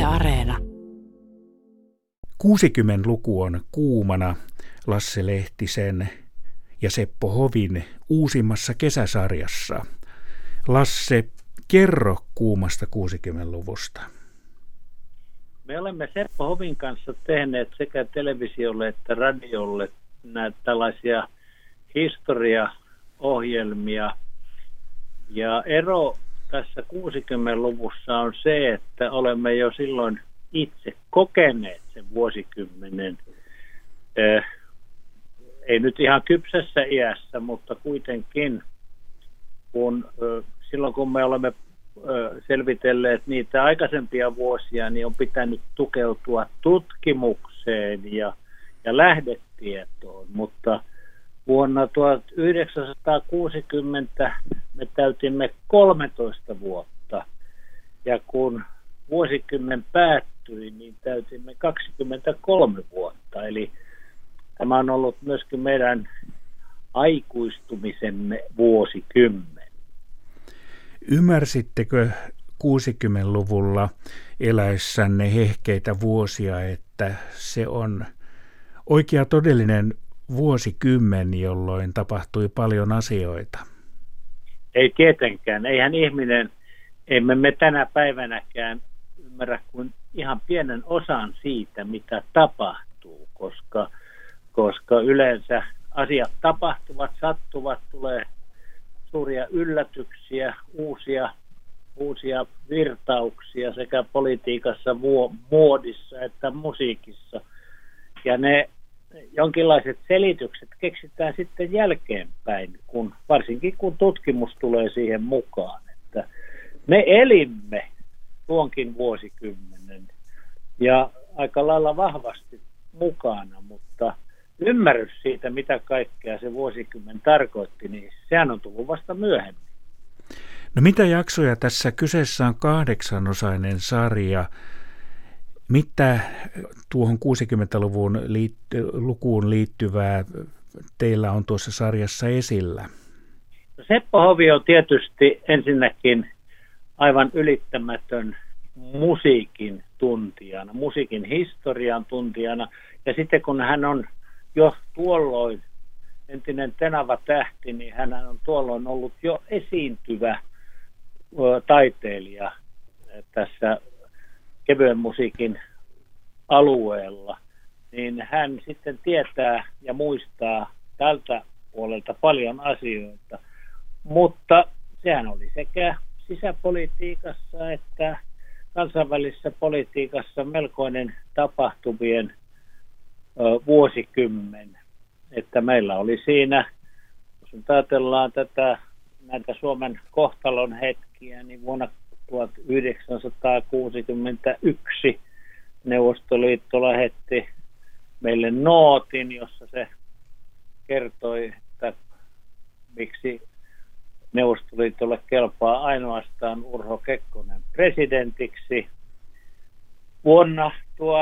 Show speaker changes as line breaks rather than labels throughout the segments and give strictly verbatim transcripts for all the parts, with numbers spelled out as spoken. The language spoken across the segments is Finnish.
Areena.
kuusikymmentäluku on kuumana Lasse Lehtisen ja Seppo Hovin uusimmassa kesäsarjassa. Lasse, kerro kuumasta kuusikymmentäluvusta.
Me olemme Seppo Hovin kanssa tehneet sekä televisiolle että radiolle näitä tällaisia historiaohjelmia. Ja ero tässä kuusikymmentäluvussa on se, että olemme jo silloin itse kokeneet sen vuosikymmenen. Eh, ei nyt ihan kypsässä iässä, mutta kuitenkin kun, eh, silloin kun me olemme eh, selvitelleet niitä aikaisempia vuosia, niin on pitänyt tukeutua tutkimukseen ja, ja lähdetietoon, mutta vuonna tuhatyhdeksänsataakuusikymmentä me täytimme kolmetoista vuotta ja kun vuosikymmen päättyi, niin täytimme kaksikymmentäkolme vuotta. Eli tämä on ollut myöskin meidän aikuistumisemme vuosikymmen.
Ymmärsittekö kuusikymmentäluvulla eläessänne hehkeitä vuosia, että se on oikea todellinen vuosikymmen, jolloin tapahtui paljon asioita?
Ei tietenkään. Eihän ihminen, emme me tänä päivänäkään ymmärrä kuin ihan pienen osan siitä, mitä tapahtuu, koska, koska yleensä asiat tapahtuvat, sattuvat, tulee suuria yllätyksiä, uusia, uusia virtauksia sekä politiikassa, muodissa että musiikissa. Ja ne jonkinlaiset selitykset keksitään sitten jälkeenpäin, kun, varsinkin kun tutkimus tulee siihen mukaan. Että me elimme tuonkin vuosikymmenen ja aika lailla vahvasti mukana, mutta ymmärrys siitä, mitä kaikkea se vuosikymmen tarkoitti, niin sehän on tullut vasta myöhemmin.
No mitä jaksoja tässä? Kyseessä on kahdeksanosainen sarja. Mitä tuohon kuusikymmentäluvun liitty- lukuun liittyvää teillä on tuossa sarjassa esillä?
Seppo Hovi on tietysti ensinnäkin aivan ylittämätön musiikin tuntijana, musiikin historian tuntijana. Ja sitten kun hän on jo tuolloin entinen Tenava-tähti, niin hän on tuolloin ollut jo esiintyvä ö, taiteilija tässä kevyen musiikin alueella, niin hän sitten tietää ja muistaa tältä puolelta paljon asioita. Mutta sehän oli sekä sisäpolitiikassa että kansainvälisessä politiikassa melkoinen tapahtumien ö, vuosikymmen. Että meillä oli siinä, jos nyt ajatellaan tätä, näitä Suomen kohtalon hetkiä, niin vuonna tuhatyhdeksänsataakuusikymmentäyksi Neuvostoliitto lähetti meille nootin, jossa se kertoi, että miksi Neuvostoliitolle kelpaa ainoastaan Urho Kekkonen presidentiksi. Vuonna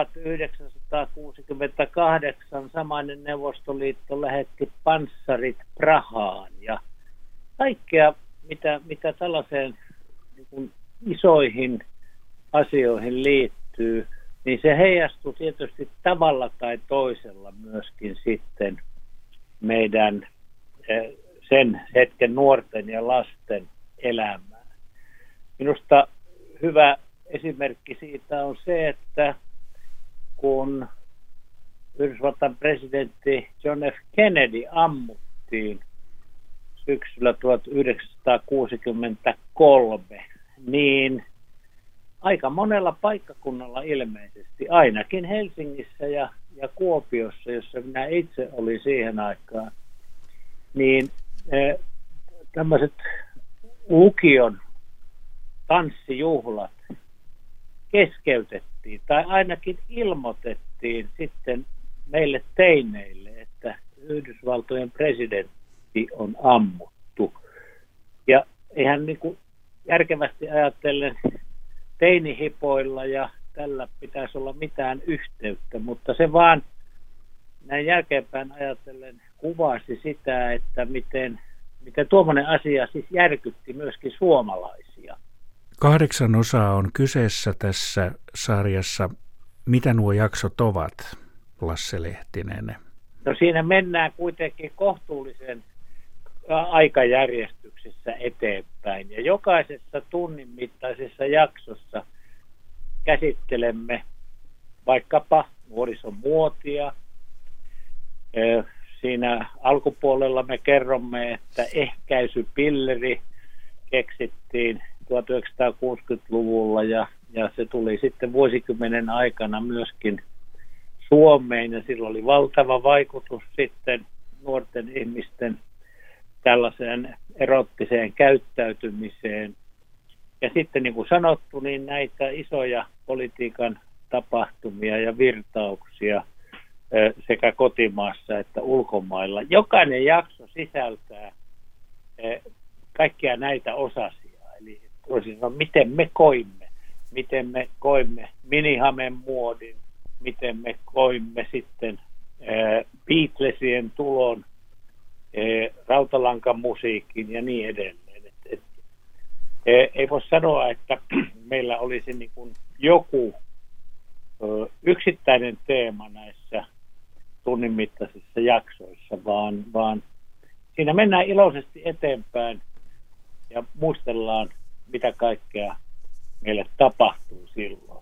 tuhatyhdeksänsataakuusikymmentäkahdeksan samainen Neuvostoliitto lähetti panssarit Prahaan ja kaikkea, mitä, mitä tällaiseen niin kuin isoihin asioihin liittyy, niin se heijastuu tietysti tavalla tai toisella myöskin sitten meidän sen hetken nuorten ja lasten elämään. Minusta hyvä esimerkki siitä on se, että kun Yhdysvaltain presidentti John F. Kennedy ammuttiin syksyllä tuhatyhdeksänsataakuusikymmentäkolme, niin aika monella paikkakunnalla ilmeisesti, ainakin Helsingissä ja, ja Kuopiossa, jossa minä itse olin siihen aikaan, niin eh, tämmöiset lukion tanssijuhlat keskeytettiin tai ainakin ilmoitettiin sitten meille teineille, että Yhdysvaltojen presidentti on ammuttu. Ja eihän niin kuin järkevästi ajatellen teinihipoilla ja tällä pitäisi olla mitään yhteyttä, mutta se vaan näin jälkeenpäin ajatellen kuvasi sitä, että miten, miten tuommoinen asia siis järkytti myöskin suomalaisia.
Kahdeksan osaa on kyseessä tässä sarjassa. Mitä nuo jaksot ovat, Lasse Lehtinen?
No siinä mennään kuitenkin kohtuullisen aikajärjestyksessä eteenpäin. Ja jokaisessa tunnin mittaisessa jaksossa käsittelemme vaikkapa nuorison muotia. Siinä alkupuolella me kerromme, että ehkäisypilleri keksittiin tuhatyhdeksänsataakuusikymmentäluvulla ja, ja se tuli sitten vuosikymmenen aikana myöskin Suomeen ja sillä oli valtava vaikutus sitten nuorten ihmisten tällaiseen erottiseen käyttäytymiseen. Ja sitten niin kuin sanottu, niin näitä isoja politiikan tapahtumia ja virtauksia sekä kotimaassa että ulkomailla. Jokainen jakso sisältää kaikkia näitä osasia. Eli toisin sanoen, miten me koimme, miten me koimme minihamen muodin, miten me koimme sitten Beatlesien tulon, rautalankamusiikin ja niin edelleen. Et, et, ei voi sanoa, että meillä olisi niin kuin joku ö, yksittäinen teema näissä tunnin mittaisissa jaksoissa, vaan, vaan siinä mennään iloisesti eteenpäin ja muistellaan, mitä kaikkea meille tapahtuu silloin.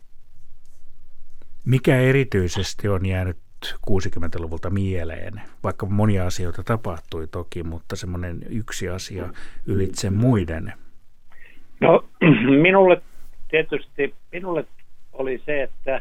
Mikä erityisesti on jäänyt kuusikymmentäluvulta mieleen, vaikka monia asioita tapahtui toki, mutta semmoinen yksi asia ylitse muiden?
No minulle tietysti, minulle oli se, että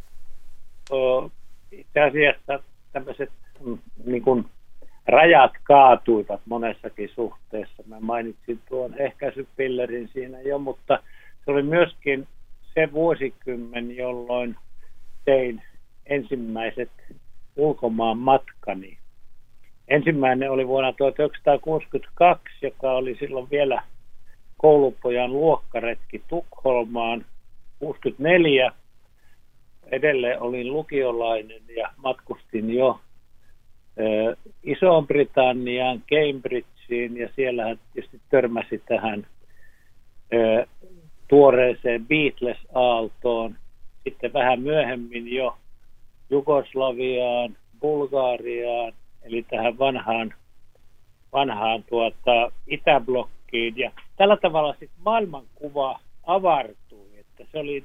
o, itse asiassa tämmöiset niin kuin rajat kaatuivat monessakin suhteessa. Mä mainitsin tuon ehkäisypillerin siinä jo, mutta se oli myöskin se vuosikymmen, jolloin tein ensimmäiset ulkomaan matkani. Ensimmäinen oli vuonna tuhatyhdeksänsataakuusikymmentäkaksi, joka oli silloin vielä koulupojan luokkaretki Tukholmaan. kuusikymmentäneljä edelleen olin lukiolainen ja matkustin jo ö, Isoon-Britanniaan, Cambridgeen ja siellähän tietysti törmäsi tähän ö, tuoreeseen Beatles-aaltoon. Sitten vähän myöhemmin jo Jugoslaviaan, Bulgariaan, eli tähän vanhaan, vanhaan tuota, Itäblokkiin. Ja tällä tavalla sitten maailmankuva avartui, että se oli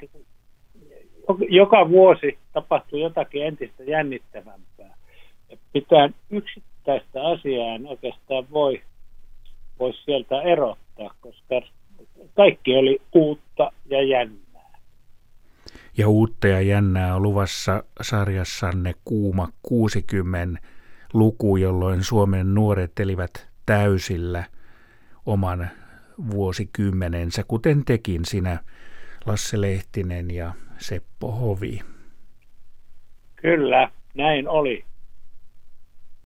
joka vuosi tapahtui jotakin entistä jännittävämpää. Ja pitää yksittäistä asiaa en oikeastaan voi, voi sieltä erottaa, koska kaikki oli uutta ja jännää.
Ja uutta ja jännää on luvassa sarjassanne Kuuma kuusikymmentä-luku, jolloin Suomen nuoret elivät täysillä oman vuosikymmenensä, kuten tekin sinä, Lasse Lehtinen ja Seppo Hovi.
Kyllä, näin oli.